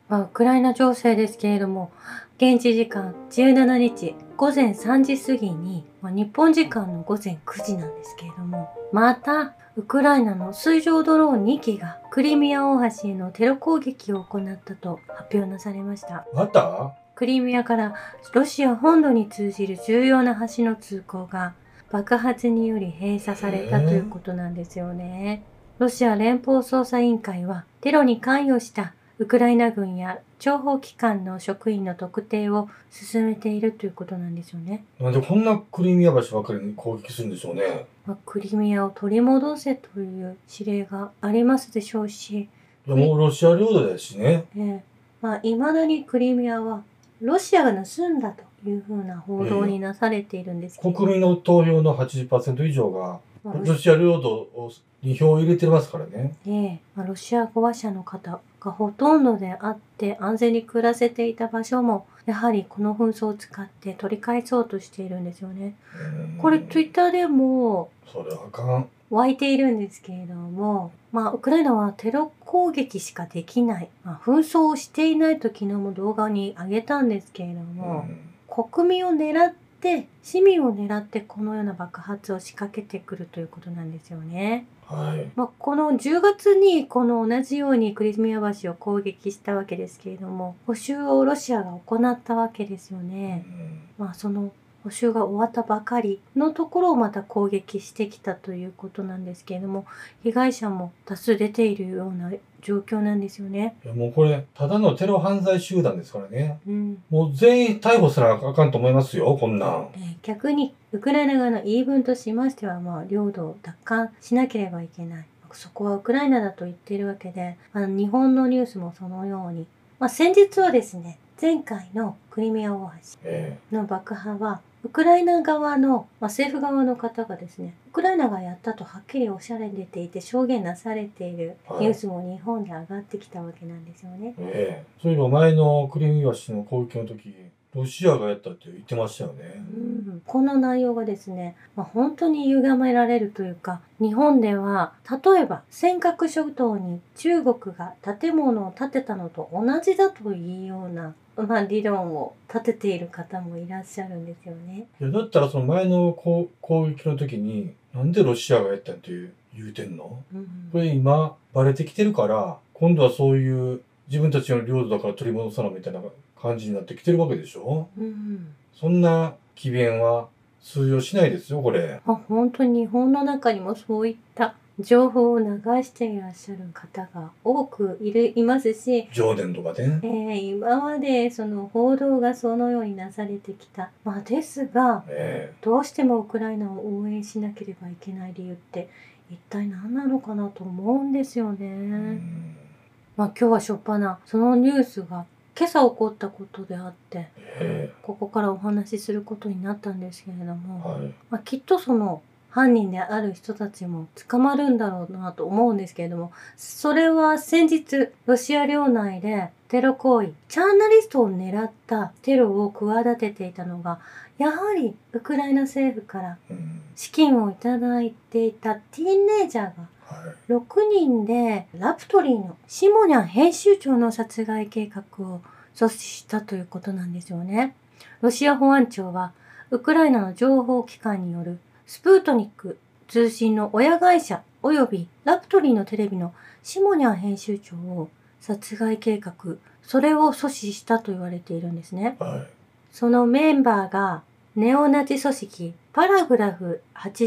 ウクライナ情勢ですけれども、現地時間17日午前3時過ぎに、日本時間の午前9時なんですけれども、またウクライナの水上ドローン2機がクリミア大橋へのテロ攻撃を行ったと発表なされました。 またクリミアからロシア本土に通じる重要な橋の通行が爆発により閉鎖されたということなんですよね。ロシア連邦捜査委員会はテロに関与したウクライナ軍や諜報機関の職員の特定を進めているということなんですよね。 なんでこんなクリミア橋ばかりに攻撃するんでしょうね。 クリミアを取り戻せという指令がありますでしょうし、 いやもうロシア領土ですしね。 未だにクリミアはロシアが盗んだというふうな報道になされているんですけど、 国民の投票の 80% 以上がロシア領土に票を入れてますからね。 ロシア語話者の方がほとんどであって安全に暮らせていた場所もやはりこの紛争を使って取り返そうとしているんですよね。これツイッターでもそれはあかん。 湧いているんですけれども、ウクライナはテロ攻撃しかできない、紛争をしていないと昨日も動画に上げたんですけれども、国民を狙って市民を狙ってこのような爆発を仕掛けてくるということなんですよね。この10月にこの同じようにクリミア橋を攻撃したわけですけれども、補修をロシアが行ったわけですよね。その補修が終わったばかりのところをまた攻撃してきたということなんですけれども、被害者も多数出ているような状況なんですよね。 いやもうこれただのテロ犯罪集団ですからね。もう全員逮捕すらあかんと思いますよ、こんなん。 逆にウクライナ側の言い分としましては、領土を奪還しなければいけない。そこはウクライナだと言っているわけで、日本のニュースもそのように。先日はですね、前回のクリミア大橋の爆破は、ウクライナ側の、政府側の方がですね、ウクライナがやったとはっきりおっしゃられていて証言なされているニュースも日本で上がってきたわけなんですよね。 そういえば前のクリミア橋の攻撃の時、ロシアがやったって言ってましたよね。 この内容がですね、本当に歪められるというか、日本では例えば尖閣諸島に中国が建物を建てたのと同じだというような理論を立てている方もいらっしゃるんですよね。 いやだったらその前の攻撃の時になんでロシアがやったって言うてんの？これ今バレてきてるから今度はそういう自分たちの領土だから取り戻さなみたいな感じになってきてるわけでしょ？そんな機弁は通用しないですよこれ。 本当に日本の中にもそういった情報を流していらっしゃる方が多くいますし、 上電とかね。 今までその報道がそのようになされてきた。ですが、どうしてもウクライナを応援しなければいけない理由って一体何なのかなと思うんですよね。今日はしょっぱなそのニュースが今朝起こったことであって、ここからお話しすることになったんですけれども、きっとその犯人である人たちも捕まるんだろうなと思うんですけれども、それは先日ロシア領内でテロ行為、ジャーナリストを狙ったテロを企てていたのがやはりウクライナ政府から資金をいただいていたティーンエイジャーが6人でラプトリーのシモニャン編集長の殺害計画を阻止したということなんですよね。ロシア保安庁はウクライナの情報機関によるスプートニック通信の親会社及びラプトリーのテレビのシモニャン編集長を殺害計画、それを阻止したと言われているんですね。そのメンバーがネオナチ組織パラグラフ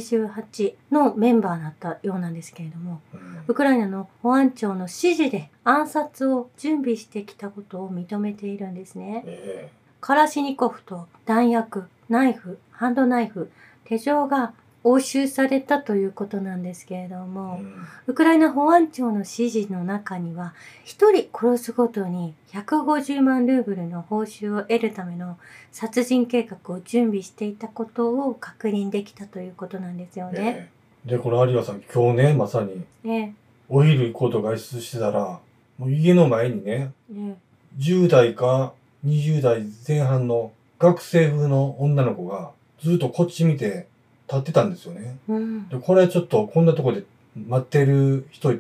88のメンバーだったようなんですけれども、ウクライナの保安庁の指示で暗殺を準備してきたことを認めているんですね。カラシニコフと弾薬、ナイフ、ハンドナイフ、手錠が押収されたということなんですけれども、ウクライナ保安庁の指示の中には1人殺すごとに150万ルーブルの報酬を得るための殺人計画を準備していたことを確認できたということなんですよね。 でこれ有賀さん今日ねまさにお昼行こうと外出してたらもう家の前にね、10代か20代前半の学生風の女の子がずっとこっち見て立ってたんですよね。でこれちょっとこんなとこで待ってる人いて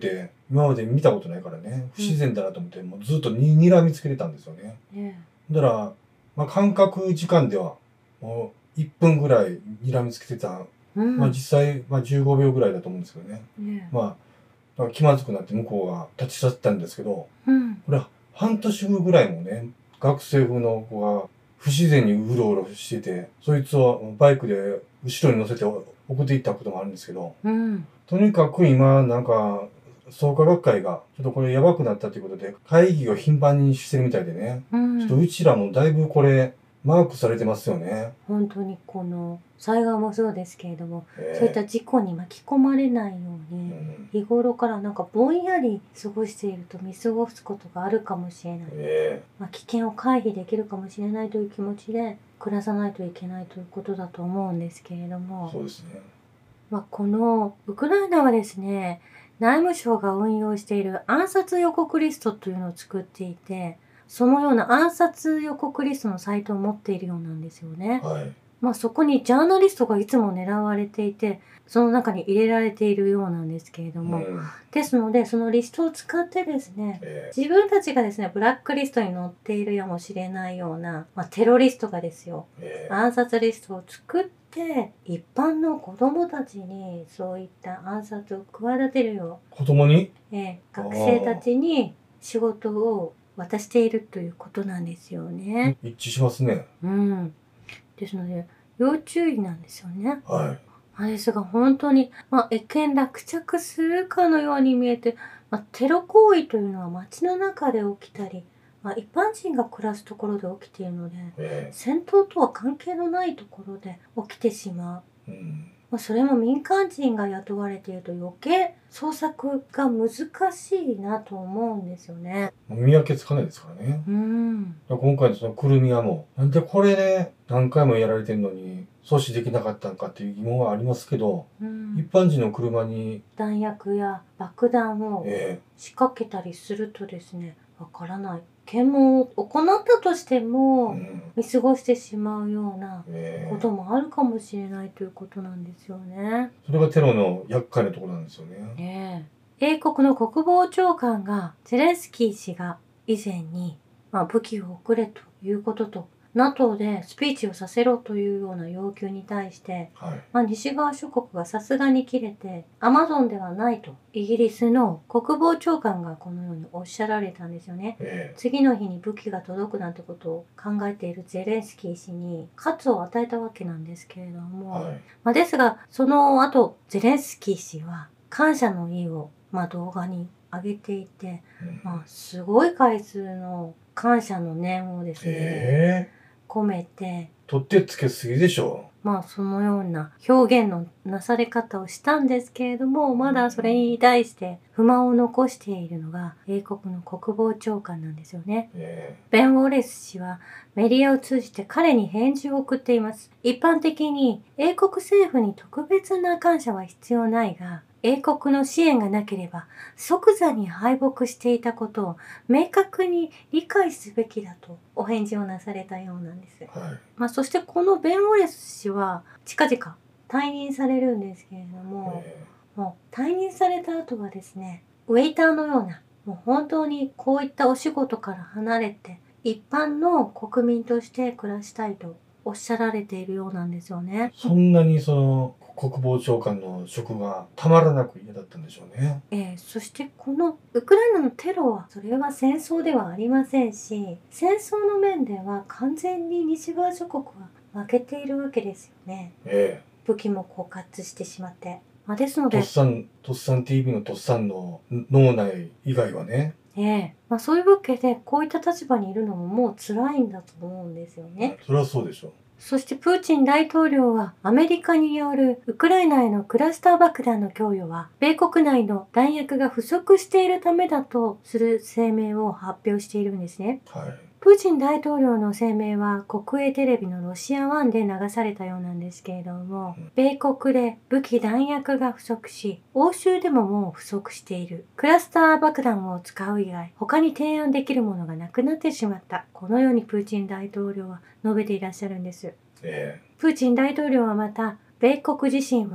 今まで見たことないからね、不自然だなと思って、もうずっと睨みつけてたんですよね。だから、まあ、感覚時間では、もう1分ぐらい睨みつけてた。まあ実際、まあ15秒ぐらいだと思うんですけどね。まあ、気まずくなって向こうが立ち去ったんですけど、これ半年後ぐらいもね、学生風の子が不自然にうろうろしてて、そいつをバイクで後ろに乗せて送っていったこともあるんですけど、とにかく今、なんか、創価学会が、ちょっとこれやばくなったということで、会議を頻繁にしてるみたいでね、ちょっとうちらもだいぶこれ、マークされてますよね。 本当にこの災害もそうですけれども、そういった事故に巻き込まれないように、日頃からなんかぼんやり過ごしていると見過ごすことがあるかもしれない。まあ、危険を回避できるかもしれないという気持ちで暮らさないといけないということだと思うんですけれども。 そうですね。 まあ、このウクライナはですね、内務省が運用している暗殺予告リストというのを作っていて、そのような暗殺予告リストのサイトを持っているようなんですよね。まあそこにジャーナリストがいつも狙われていて、その中に入れられているようなんですけれども、ですのでそのリストを使ってですね、自分たちがですね、ブラックリストに載っているやもしれないような、まあ、テロリストがですよ、暗殺リストを作って一般の子供たちにそういった暗殺を企てるよう、 子供に、 学生たちに仕事を渡しているということなんですよね。 一致しますね。 ですので要注意なんですよね。ですが本当に、まあ、一見落着するかのように見えて、まあ、テロ行為というのは街の中で起きたり、まあ、一般人が暮らすところで起きているので、戦闘とは関係のないところで起きてしまう。まあ、それも民間人が雇われていると余計捜索が難しいなと思うんですよね。 見分けつかないですからね。今回のそのくるみはもう、なんでこれで何回もやられてるのに阻止できなかったのかっていう疑問はありますけど、一般人の車に弾薬や爆弾を仕掛けたりするとですね、わからない。検問を行ったとしても、見過ごしてしまうようなこともあるかもしれないということなんですよね。 それがテロの厄介なところなんですよね。 英国の国防長官がゼレンスキー氏が以前に、まあ、武器を送れということと、NATO でスピーチをさせろというような要求に対して、まあ、西側諸国がさすがに切れて、アマゾンではないと、イギリスの国防長官がこのようにおっしゃられたんですよね。次の日に武器が届くなんてことを考えているゼレンスキー氏に喝を与えたわけなんですけれども、まあ、ですが、その後、ゼレンスキー氏は感謝の意を、まあ、動画に上げていて、まあ、すごい回数の感謝の念をですね、込めて、 取ってつけすぎでしょ。 まあそのような表現のなされ方をしたんですけれども、まだそれに対して不満を残しているのが英国の国防長官なんですよね。ベン・ウォレス氏はメディアを通じて彼に返事を送っています。一般的に英国政府に特別な感謝は必要ないが、英国の支援がなければ即座に敗北していたことを明確に理解すべきだとお返事をなされたようなんです。まあ、そしてこのベン・ウォレス氏は近々退任されるんですけれども、もう退任された後はですね、ウェイターのような、もう本当にこういったお仕事から離れて一般の国民として暮らしたいとおっしゃられているようなんですよね。 そんなにその国防長官の職がたまらなく嫌だったんでしょうね。 そしてこのウクライナのテロはそれは戦争ではありませんし、戦争の面では完全に西側諸国は負けているわけですよね。武器も枯渇してしまって。ですので、 とっさん TV のとっさんの脳内以外はね。 まあそういうわけでこういった立場にいるのももう辛いんだと思うんですよね。 それはそうでしょう。 そしてプーチン大統領はアメリカによるウクライナへのクラスター爆弾の供与は米国内の弾薬が不足しているためだとする声明を発表しているんですね。プーチン大統領の声明は国営テレビのロシア1で流されたようなんですけれども、米国で武器弾薬が不足し、欧州でももう不足している。クラスター爆弾を使う以外、他に提案できるものがなくなってしまった。このようにプーチン大統領は述べていらっしゃるんです。プーチン大統領はまた、米国自身は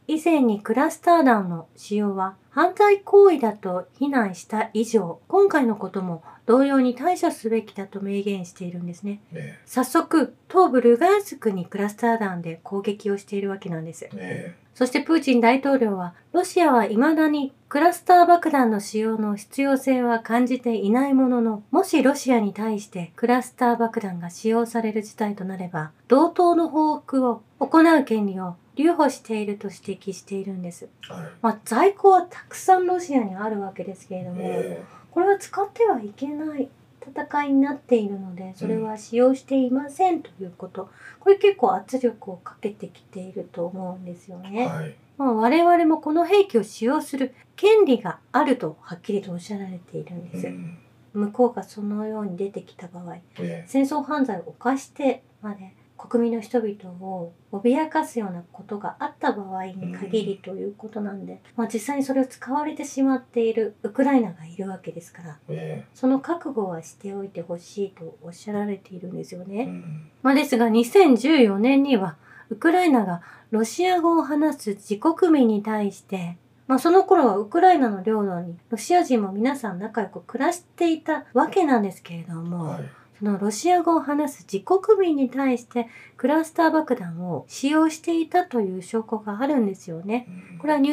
以前にクラスター弾の使用は犯罪行為だと非難した以上、今回のことも同様に対処すべきだと明言しているんですね。早速、東部ルガンスクにクラスター弾で攻撃をしているわけなんです。そしてプーチン大統領は、ロシアは未だにクラスター爆弾の使用の必要性は感じていないものの、もしロシアに対してクラスター爆弾が使用される事態となれば、同等の報復を行う権利を留保していると指摘しているんです。在庫はたくさんロシアにあるわけですけれども、これは使ってはいけない戦いになっているので、それは使用していませんということ。これ結構圧力をかけてきていると思うんですよね。我々もこの兵器を使用する権利があるとはっきりとおっしゃられているんです。向こうがそのように出てきた場合、戦争犯罪を犯してまで国民の人々を脅かすようなことがあった場合に限りということなんで、実際にそれを使われてしまっているウクライナがいるわけですから、その覚悟はしておいてほしいとおっしゃられているんですよね。ですが2014年にはウクライナがロシア語を話す自国民に対して、その頃はウクライナの領土にロシア人も皆さん仲良く暮らしていたわけなんですけれども、そのロシア語を話す自国民に対してクラスター爆弾を使用していたという証拠があるんですよね。これは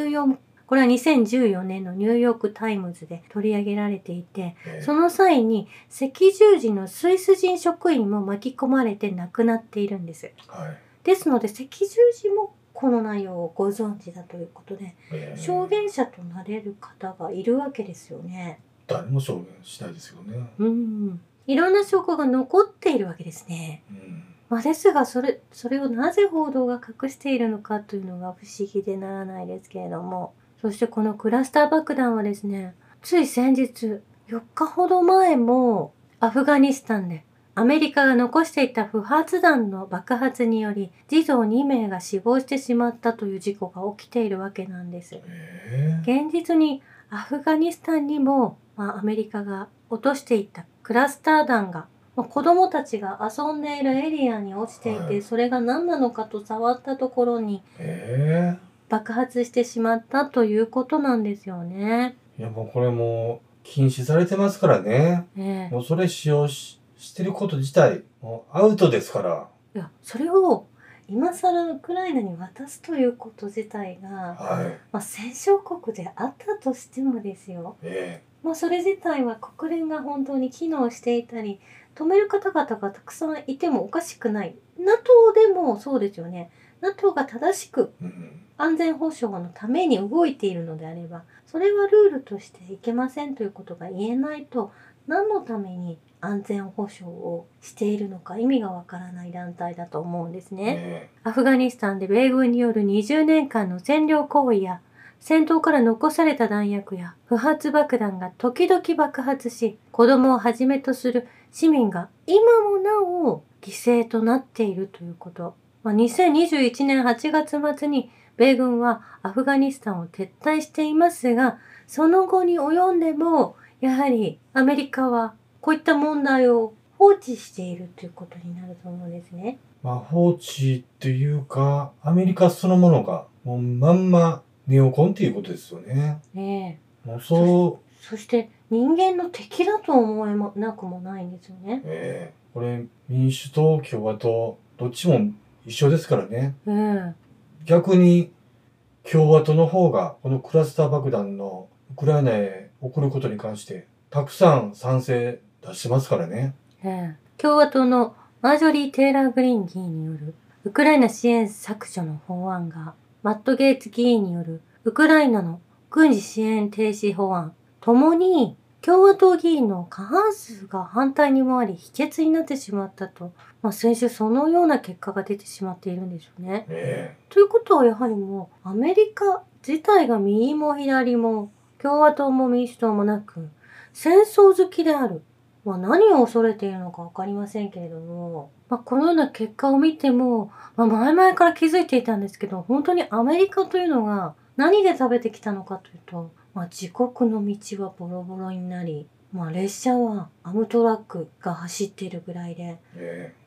2014年のニューヨークタイムズで取り上げられていて、その際に赤十字のスイス人職員も巻き込まれて亡くなっているんです。ですので赤十字もこの内容をご存知だということで、証言者となれる方がいるわけですよね。 誰も証言しないですよね。 いろんな証拠が残っているわけですね。ですがそれをなぜ報道が隠しているのかというのが不思議でならないですけれども、そしてこのクラスター爆弾はですね、つい先日4日ほど前もアフガニスタンでアメリカが残していた不発弾の爆発により児童2名が死亡してしまったという事故が起きているわけなんです。現実にアフガニスタンにも、アメリカが落としていったクラスター弾が子供たちが遊んでいるエリアに落ちていて、それが何なのかと触ったところに爆発してしまったということなんですよね。 いやもうこれもう禁止されてますからね。もうそれ使用してること自体もうアウトですから。 いやそれを今更ウクライナに渡すということ自体が、戦勝国であったとしてもですよ。それ自体は国連が本当に機能していたり止める方々がたくさんいてもおかしくない。NATO でもそうですよね。NATO が正しく安全保障のために動いているのであれば、それはルールとしていけませんということが言えないと、何のために安全保障をしているのか意味がわからない団体だと思うんですね。アフガニスタンで米軍による20年間の占領行為や戦闘から残された弾薬や不発爆弾が時々爆発し、子供をはじめとする市民が今もなお犠牲となっているということ。2021年8月末に米軍はアフガニスタンを撤退していますが、その後に及んでもやはりアメリカはこういった問題を放置しているということになると思うんですね。 放置っていうか、アメリカそのものがもうまんまネオコンっていうことですよね。もうそして人間の敵だと思えなくもないんですよね。 これ民主党共和党どっちも一緒ですからね。逆に共和党の方がこのクラスター爆弾のウクライナへ送ることに関してたくさん賛成出してますからね。 共和党のマージョリー・テイラー・グリーン議員によるウクライナ支援削除の法案が、マット・ゲイツ議員によるウクライナの軍事支援停止法案、ともに共和党議員の過半数が反対に回り否決になってしまったと、先週そのような結果が出てしまっているんですよね。ということはやはりもうアメリカ自体が右も左も共和党も民主党もなく戦争好きである。何を恐れているのかわかりませんけれども、このような結果を見ても、前々から気づいていたんですけど、本当にアメリカというのが何で食べてきたのかというと、自国の道はボロボロになり、列車はアムトラックが走っているぐらいで、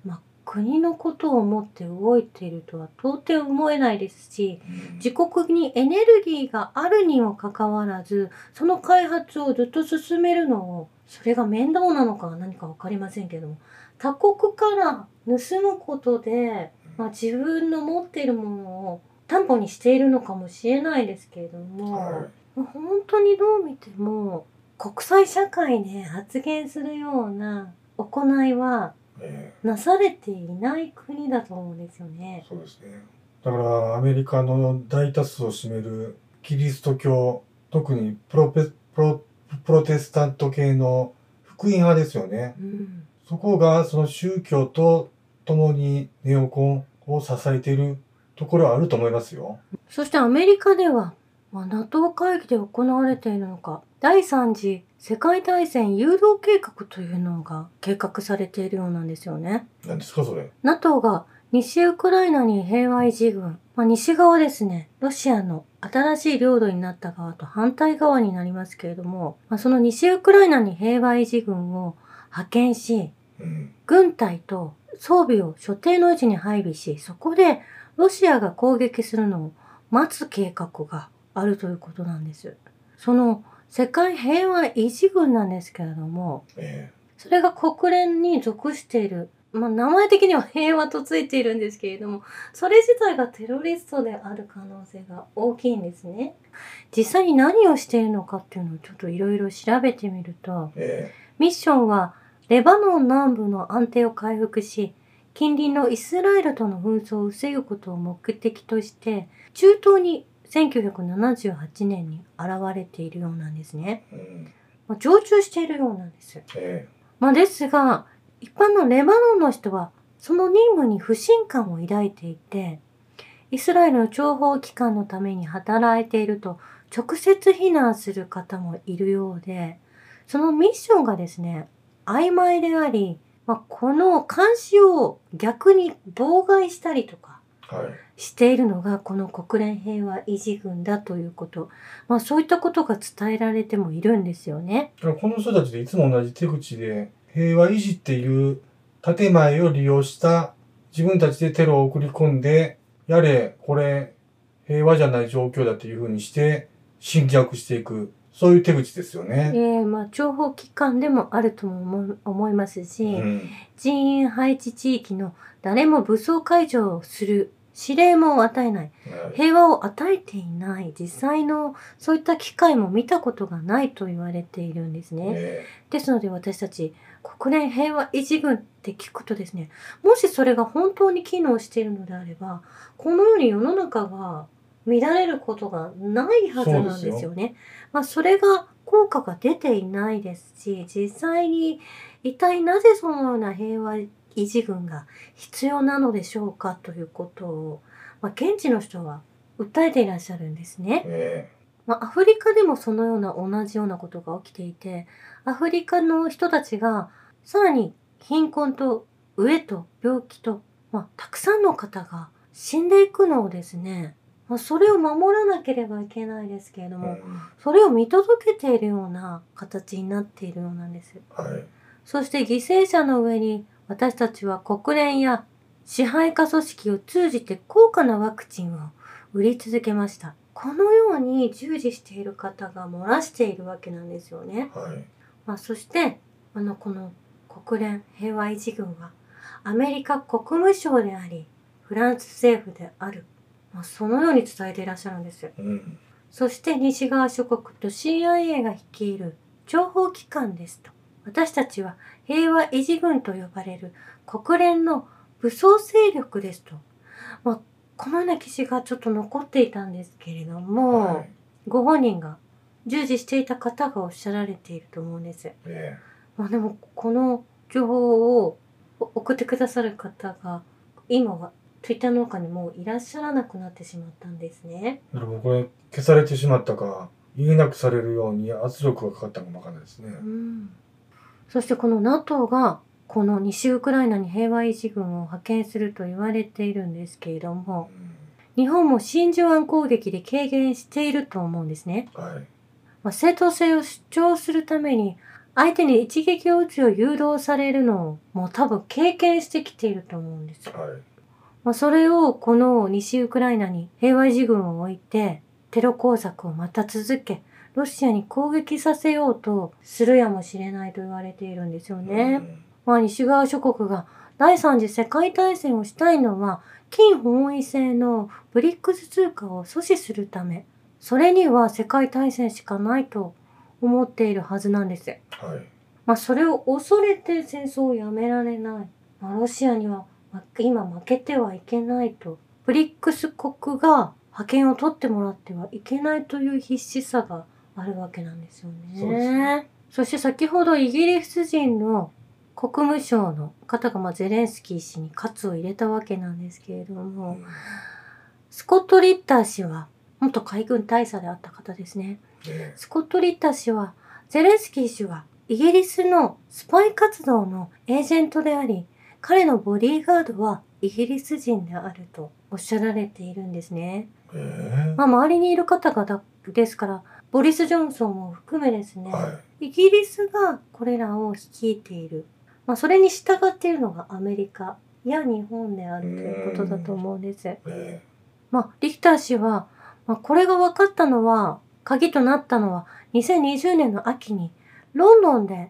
国のことを思って動いているとは到底思えないですし、自国にエネルギーがあるにもかかわらず、その開発をずっと進めるのを、それが面倒なのか何か分かりませんけども、他国から盗むことで、自分の持っているものを担保にしているのかもしれないですけれども、本当にどう見ても国際社会で発言するような行いはなされていない国だと思うんですよね。 そうですね。だからアメリカの大多数を占めるキリスト教、特にプロテスタント系の福音派ですよね。そこがその宗教と共にネオコンを支えているところはあると思いますよ。 そしてアメリカでは、NATO 会議で行われているのか、第3次世界大戦誘導計画というのが計画されているようなんですよね。 何ですかそれ。 NATO が西ウクライナに平和維持軍、西側ですね、ロシアの新しい領土になった側と反対側になりますけれども、その西ウクライナに平和維持軍を派遣し、軍隊と装備を所定の位置に配備し、そこでロシアが攻撃するのを待つ計画があるということなんです。その世界平和維持軍なんですけれども、それが国連に属している、名前的には平和とついているんですけれども、それ自体がテロリストである可能性が大きいんですね。実際に何をしているのかっていうのをちょっといろいろ調べてみると、ミッションはレバノン南部の安定を回復し、近隣のイスラエルとの紛争を防ぐことを目的として、中東に1978年に現れているようなんですね。常駐しているようなんです。ですが、一般のレバノンの人はその任務に不信感を抱いていて、イスラエルの諜報機関のために働いていると直接非難する方もいるようで、そのミッションがですね、曖昧であり、この監視を逆に妨害したりとかしているのがこの国連平和維持軍だということ、そういったことが伝えられてもいるんですよね。 この人たちでいつも同じ手口で平和維持っていう建前を利用した自分たちでテロを送り込んで、やれこれ平和じゃない状況だというふうにして侵略していく、そういう手口ですよね。 諜報機関でもあるとも思いますし、人員配置地域の誰も武装解除をする指令も与えない、平和を与えていない、実際のそういった機会も見たことがないと言われているんですね。ですので私たち国連平和維持軍って聞くとですね、もしそれが本当に機能しているのであれば、このように世の中が乱れることがないはずなんですよね。それが効果が出ていないですし、実際に一体なぜそのような平和維持軍が必要なのでしょうかということを、現地の人は訴えていらっしゃるんですね。アフリカでもそのような同じようなことが起きていて、アフリカの人たちがさらに貧困と飢えと病気と、たくさんの方が死んでいくのをですね、それを守らなければいけないですけれども、それを見届けているような形になっているようなんです。そして犠牲者の上に私たちは国連や支配下組織を通じて高価なワクチンを売り続けました。このように従事している方が漏らしているわけなんですよね。そしてこの国連平和維持軍はアメリカ国務省でありフランス政府である、そのように伝えていらっしゃるんですよ。そして西側諸国と CIA が率いる諜報機関ですと、私たちは平和維持軍と呼ばれる国連の武装勢力ですと、このような記事がちょっと残っていたんですけれども、ご本人が従事していた方がおっしゃられていると思うんです。でもこの情報を送ってくださる方が今はTwitter の中にもういらっしゃらなくなってしまったんですね。 これ消されてしまったか、言えなくされるように圧力がかかったかもわかんないですね。 そしてこの NATO がこの西ウクライナに平和維持軍を派遣すると言われているんですけれども、日本も真珠湾攻撃で軽減していると思うんですね。正当性を主張するために相手に一撃を撃つよう誘導されるのをもう多分経験してきていると思うんですよ。それをこの西ウクライナに平和維持軍を置いてテロ工作をまた続け、ロシアに攻撃させようとするやもしれないと言われているんですよね。西側諸国が第三次世界大戦をしたいのは金本位制のブリックス通貨を阻止するため、それには世界大戦しかないと思っているはずなんです。それを恐れて戦争をやめられない。ロシアには今負けてはいけないと、ブリックス国が覇権を取ってもらってはいけないという必死さがあるわけなんですよね。そして先ほどイギリス人の国務省の方がゼレンスキー氏に喝を入れたわけなんですけれども、スコット・リッター氏は元海軍大佐であった方ですね。スコット・リッター氏はゼレンスキー氏はイギリスのスパイ活動のエージェントであり、彼のボディーガードはイギリス人であるとおっしゃられているんですね。周りにいる方々ですから、ボリス・ジョンソンも含めですね、イギリスがこれらを率いている。それに従っているのがアメリカや日本であるということだと思うんです。リヒター氏は、これが分かったのは、鍵となったのは2020年の秋にロンドンで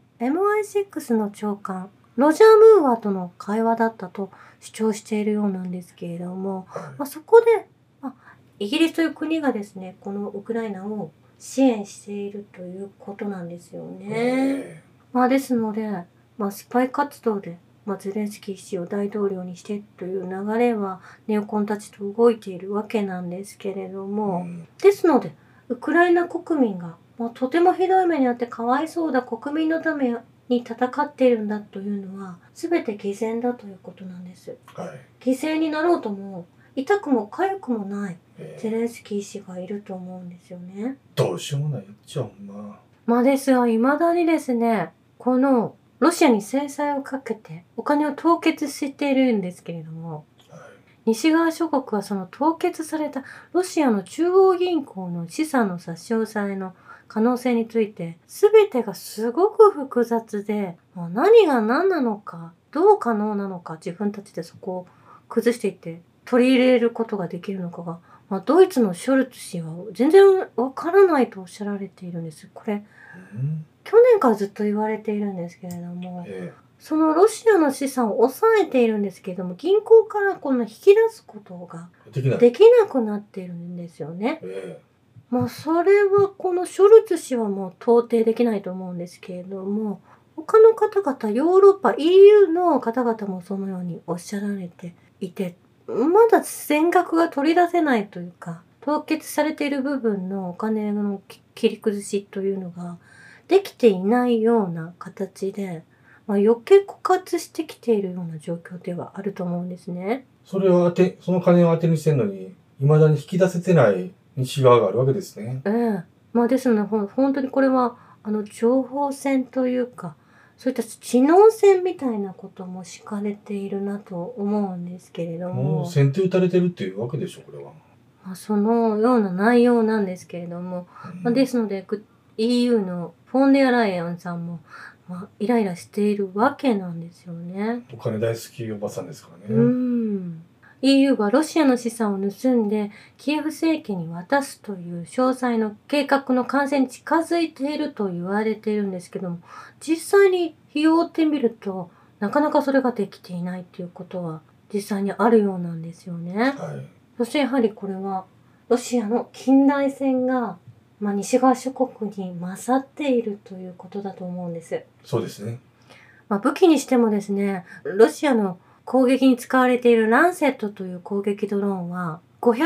MI6 の長官ロジャー・ムーアとの会話だったと主張しているようなんですけれども、そこで、イギリスという国がですね、このウクライナを支援しているということなんですよね。ですので、スパイ活動で、ゼレンスキー氏を大統領にしてという流れはネオコンたちと動いているわけなんですけれども、ですのでウクライナ国民が、とてもひどい目にあってかわいそうだ、国民のために戦っているんだというのは全て偽善だということなんです。犠牲になろうとも痛くも痒くもないゼレンスキー氏がいると思うんですよね。 どうしようもないっちゃほんま。 ですが未だにですね、このロシアに制裁をかけてお金を凍結しているんですけれども、西側諸国はその凍結されたロシアの中央銀行の資産の差し押さえの可能性について全てがすごく複雑で、何が何なのかどう可能なのか、自分たちでそこを崩していって取り入れることができるのかが、ドイツのショルツ氏は全然わからないとおっしゃられているんです。これ、去年からずっと言われているんですけれども、そのロシアの資産を抑えているんですけれども、銀行からこの引き出すことができなくなっているんですよね。それはこのショルツ氏はもう到底できないと思うんですけれども、他の方々、ヨーロッパ EU の方々もそのようにおっしゃられていて、まだ全額が取り出せないというか、凍結されている部分のお金の切り崩しというのができていないような形で、余計枯渇してきているような状況ではあると思うんですね。 その金を当てにしてるのに、未だに引き出せてない西側があるわけですね。 ですので、本当にこれは、情報戦というか、そういった知能戦みたいなことも敷かれているなと思うんですけれども。 もう先手打たれてるっていうわけでしょ、これは。 そのような内容なんですけれども。ですので、EU のフォンデアライエンさんも、イライラしているわけなんですよね。 お金大好きおばさんですからね。 EU はロシアの資産を盗んでキエフ政権に渡すという詳細の計画の完成に近づいていると言われているんですけども、実際に日を追ってみるとなかなかそれができていないということは実際にあるようなんですよね。そしてやはりこれはロシアの近代戦が西側諸国に勝っているということだと思うんです。 そうですね。 武器にしてもですね、ロシアの攻撃に使われているランセットという攻撃ドローンは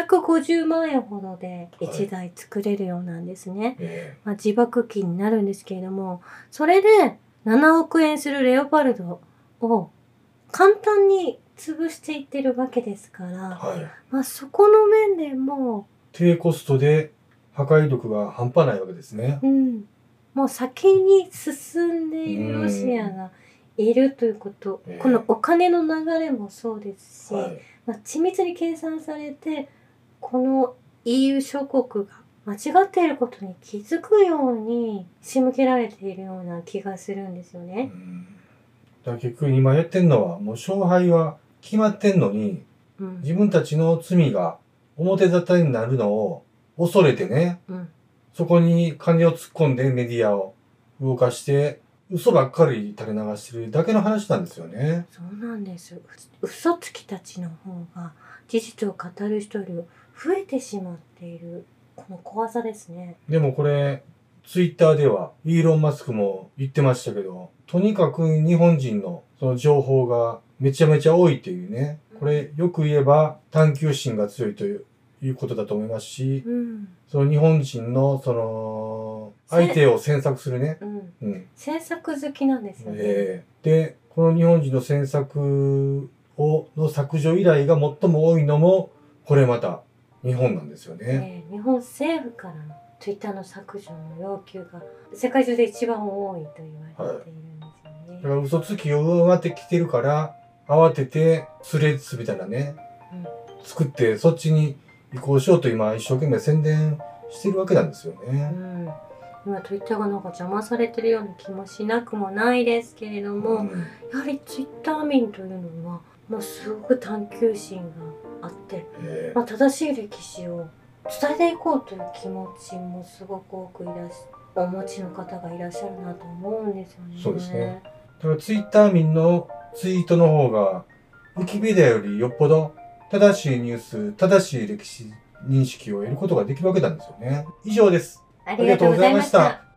550万円ほどで1台作れるようなんですね。自爆機になるんですけれども、それで7億円するレオパルドを簡単に潰していってるわけですから、そこの面でも低コストで破壊力が半端ないわけですね。 もう先に進んでいるロシアがいるということ、このお金の流れもそうですし、緻密に計算されてこの EU 諸国が間違っていることに気づくように仕向けられているような気がするんですよね。 だから結局今やってんのはもう勝敗は決まってんのに、自分たちの罪が表沙汰になるのを恐れてね、そこに金を突っ込んでメディアを動かして嘘ばっかり垂れ流してるだけの話なんですよね。 そうなんです。嘘つきたちの方が事実を語る人より増えてしまっている、この怖さですね。 でもこれツイッターではイーロン・マスクも言ってましたけど、とにかく日本人のその情報がめちゃめちゃ多いっていうね、これよく言えば探求心が強いということだと思いますし、その日本人のその相手を詮索するね、 詮索好きなんですよね。 でこの日本人の詮索の削除依頼が最も多いのもこれまた日本なんですよね。 日本政府からのツイッターの削除の要求が世界中で一番多いと言われているんですよね。 だから嘘つきを上回ってきてるから慌ててスレッズみたいなね、作ってそっちに移行しようと今一生懸命宣伝してるわけなんですよね。 今ツイッターがなんか邪魔されてるような気もしなくもないですけれども、やはりツイッター民というのはもうすごく探求心があって、正しい歴史を伝えていこうという気持ちもすごく多くお持ちの方がいらっしゃるなと思うんですよね。 そうですね。だからツイッター民のツイートの方がウィキペディアよりよっぽど正しいニュース、正しい歴史認識を得ることができるわけなんですよね。以上です。 ありがとうございました。